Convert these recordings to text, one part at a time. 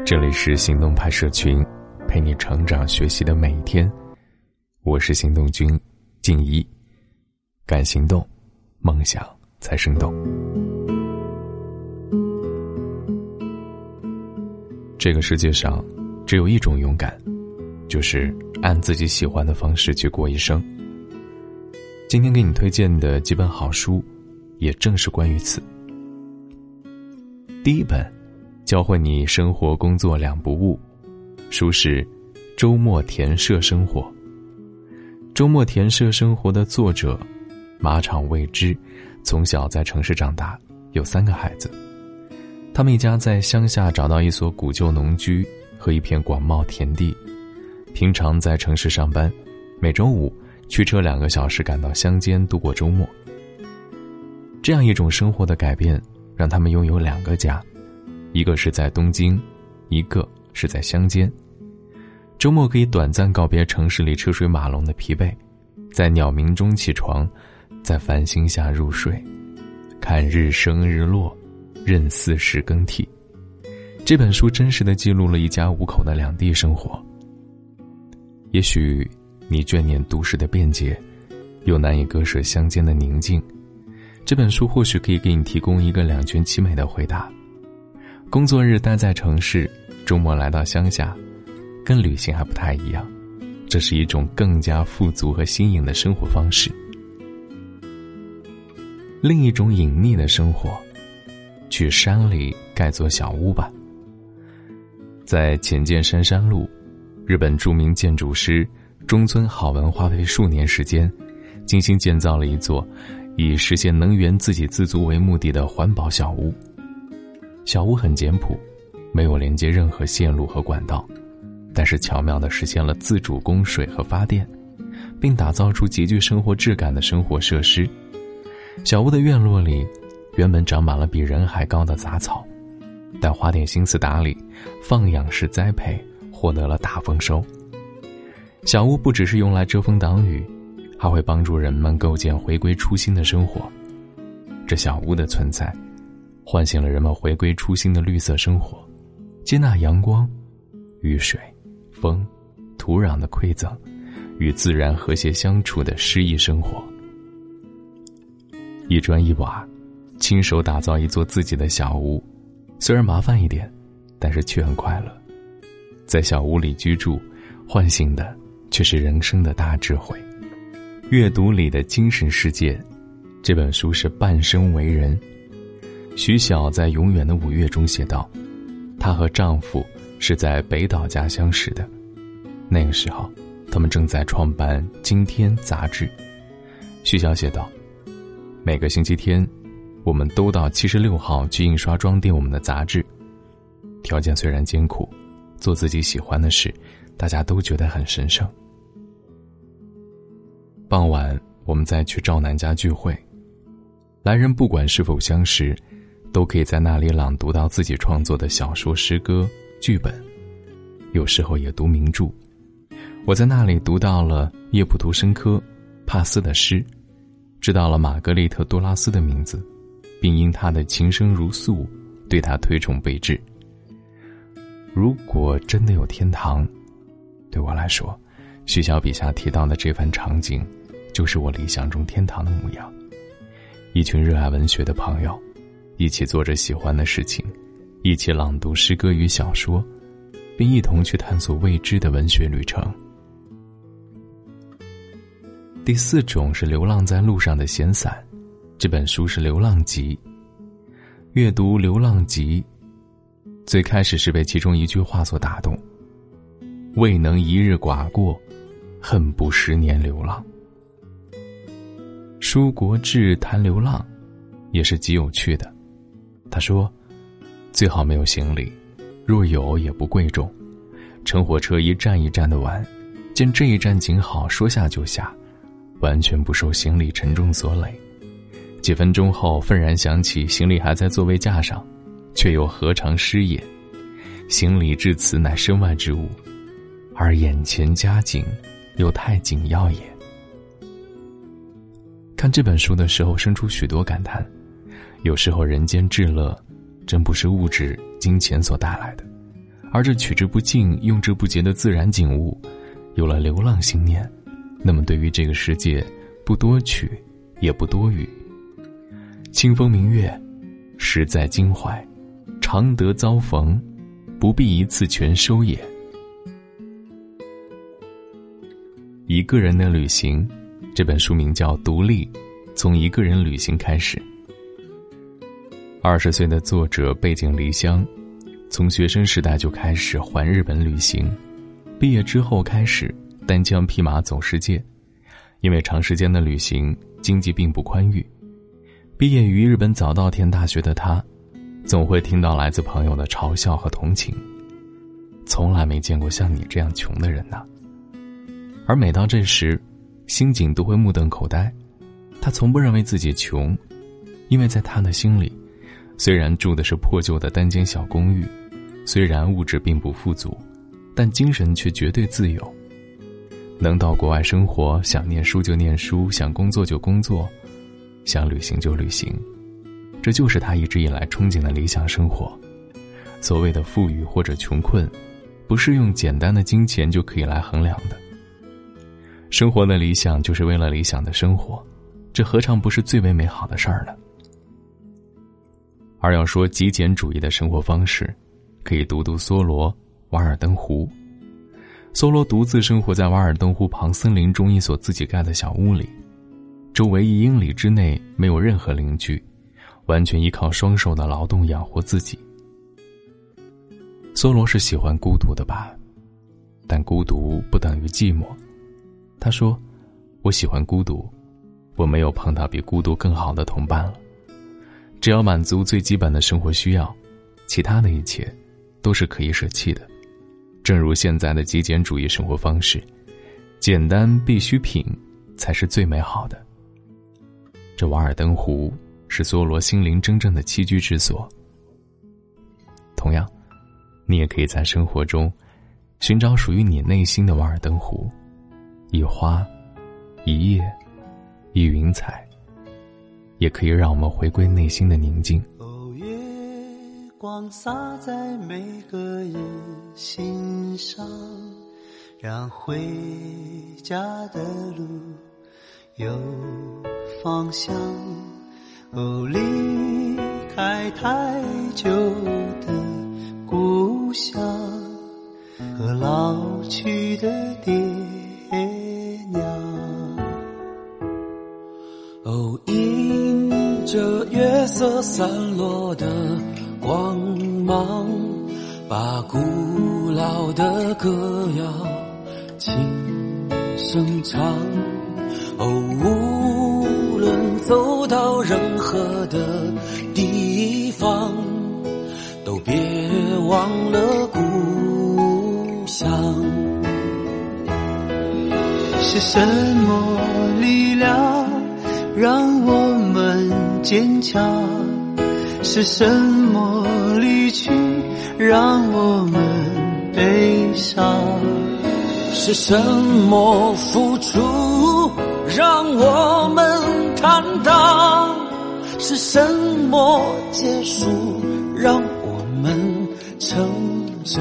这里是行动派社群，陪你成长学习的每一天。我是行动君静怡，敢行动，梦想才生动。这个世界上只有一种勇敢，就是按自己喜欢的方式去过一生。今天给你推荐的几本好书也正是关于此。第一本，教会你生活工作两不误，书是周末田舍生活。周末田舍生活的作者马场未知从小在城市长大，有3个孩子。他们一家在乡下找到一所古旧农居和一片广袤田地，平常在城市上班，每周五驱车2个小时赶到乡间度过周末。这样一种生活的改变让他们拥有2个家，一个是在东京，一个是在乡间。周末可以短暂告别城市里车水马龙的疲惫，在鸟鸣中起床，在繁星下入睡，看日升日落，任四时更替。这本书真实地记录了一家5口的两地生活。也许你眷念都市的便捷，又难以割舍乡间的宁静，这本书或许可以给你提供一个两全其美的回答。工作日待在城市，周末来到乡下，跟旅行还不太一样，这是一种更加富足和新颖的生活方式。另一种隐秘的生活，去山里盖座小屋吧。在浅见山山路，日本著名建筑师中村好文花费数年时间，精心建造了一座以实现能源自给自足为目的的环保小屋。小屋很简朴，没有连接任何线路和管道，但是巧妙地实现了自主供水和发电，并打造出极具生活质感的生活设施。小屋的院落里原本长满了比人还高的杂草，但花点心思打理，放养式栽培，获得了大丰收。小屋不只是用来遮风挡雨，还会帮助人们构建回归初心的生活。这小屋的存在唤醒了人们回归初心的绿色生活，接纳阳光、雨水、风、土壤的馈赠，与自然和谐相处的诗意生活。一砖一瓦，亲手打造一座自己的小屋，虽然麻烦一点，但是却很快乐。在小屋里居住，唤醒的却是人生的大智慧。阅读里的精神世界，这本书是半生为人。徐晓在《永远的5月》中写道，她和丈夫是在北岛家相识的。那个时候，他们正在创办《今天》杂志。徐晓写道，每个星期天，我们都到76号去印刷装订我们的杂志。条件虽然艰苦，做自己喜欢的事，大家都觉得很神圣。傍晚，我们再去赵南家聚会。来人不管是否相识，都可以在那里朗读到自己创作的小说、诗歌、剧本，有时候也读名著。我在那里读到了叶普图申科、帕斯的诗，知道了玛格丽特·多拉斯的名字，并因她的情深如诉，对她推崇备至。如果真的有天堂，对我来说，徐晓笔下提到的这番场景，就是我理想中天堂的模样。一群热爱文学的朋友，一起做着喜欢的事情，一起朗读诗歌与小说，并一同去探索未知的文学旅程。第4种是流浪在路上的闲散，这本书是《流浪集》。阅读《流浪集》，最开始是被其中一句话所打动：未能一日寡过，恨不10年流浪。舒国治谈流浪也是极有趣的。他说，最好没有行李，若有也不贵重，乘火车一站一站的玩，见这一站景好说下就下，完全不受行李沉重所累。几分钟后愤然想起行李还在座位架上，却又何尝失也？行李至此乃身外之物，而眼前佳景又太紧要也。看这本书的时候生出许多感叹，有时候人间至乐真不是物质金钱所带来的， 而这取之不尽用之不竭的自然景物有了流浪心念，那么对于这个世界不多取也不多予。清风明月，实在襟怀，常得遭逢，不必一次全收也。一个人的旅行，这本书名叫《独立》，从一个人旅行开始。20岁的作者背井离乡，从学生时代就开始环日本旅行，毕业之后开始单枪匹马走世界。因为长时间的旅行，经济并不宽裕。毕业于日本早稻田大学的他，总会听到来自朋友的嘲笑和同情，从来没见过像你这样穷的人呐。而每到这时，新井都会目瞪口呆。他从不认为自己穷，因为在他的心里，虽然住的是破旧的单间小公寓，虽然物质并不富足，但精神却绝对自由。能到国外生活，想念书就念书，想工作就工作，想旅行就旅行，这就是他一直以来憧憬的理想生活。所谓的富裕或者穷困，不是用简单的金钱就可以来衡量的。生活的理想就是为了理想的生活，这何尝不是最为美好的事儿呢？而要说极简主义的生活方式，可以读读梭罗《瓦尔登湖》。梭罗独自生活在瓦尔登湖旁森林中一所自己盖的小屋里，周围1英里之内没有任何邻居，完全依靠双手的劳动养活自己。梭罗是喜欢孤独的吧，但孤独不等于寂寞。他说，我喜欢孤独，我没有碰到比孤独更好的同伴了。只要满足最基本的生活需要，其他的一切都是可以舍弃的。正如现在的极简主义生活方式，简单必需品才是最美好的。这瓦尔登湖是梭罗心灵真正的栖居之所。同样，你也可以在生活中寻找属于你内心的瓦尔登湖，一花一叶一云彩，也可以让我们回归内心的宁静。 月光洒在每个人心上，让回家的路有方向。离开太久的故乡和老去的爹娘。迎着月色散落的光芒，把古老的歌谣轻声唱。无论走到任何的地方，都别忘了故乡。是什么力量让我们坚强？是什么离去让我们悲伤？是什么付出让我们坦荡？是什么结束让我们成长？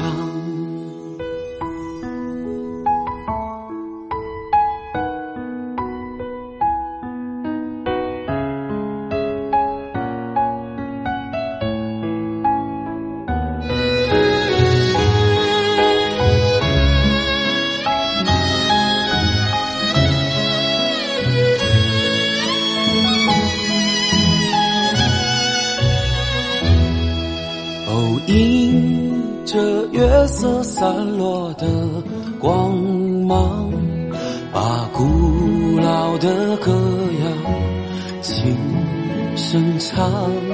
迎着月色散落的光芒，把古老的歌谣轻声唱。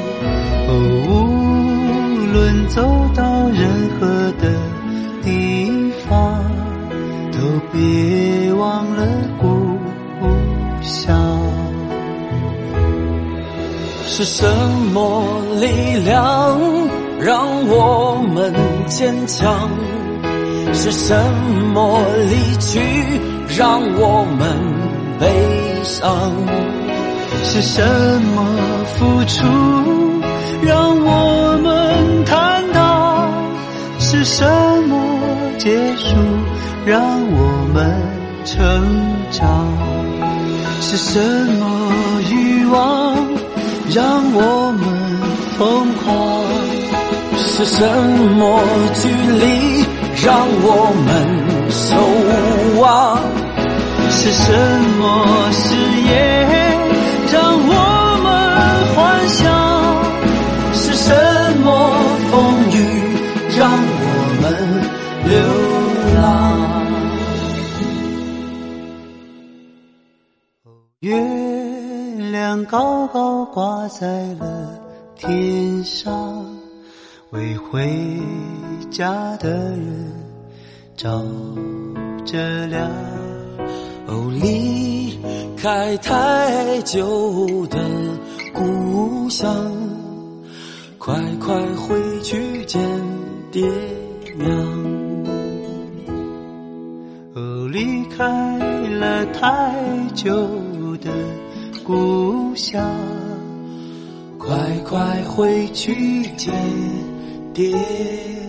无论走到任何的地方，都别忘了故乡。是什么力量让我们坚强？是什么离去让我们悲伤？是什么付出让我们坦荡？ 是什么结束让我们成长？是什么欲望让我们疯狂？ 是什么距离让我们守望？ 是什么誓言让我们幻想？ 是什么风雨让我们流浪？ 月亮高高挂在了天上，为回家的人照着亮。 离开太久的故乡，快快回去见爹娘。 离开了太久的故乡， 快快回去见爹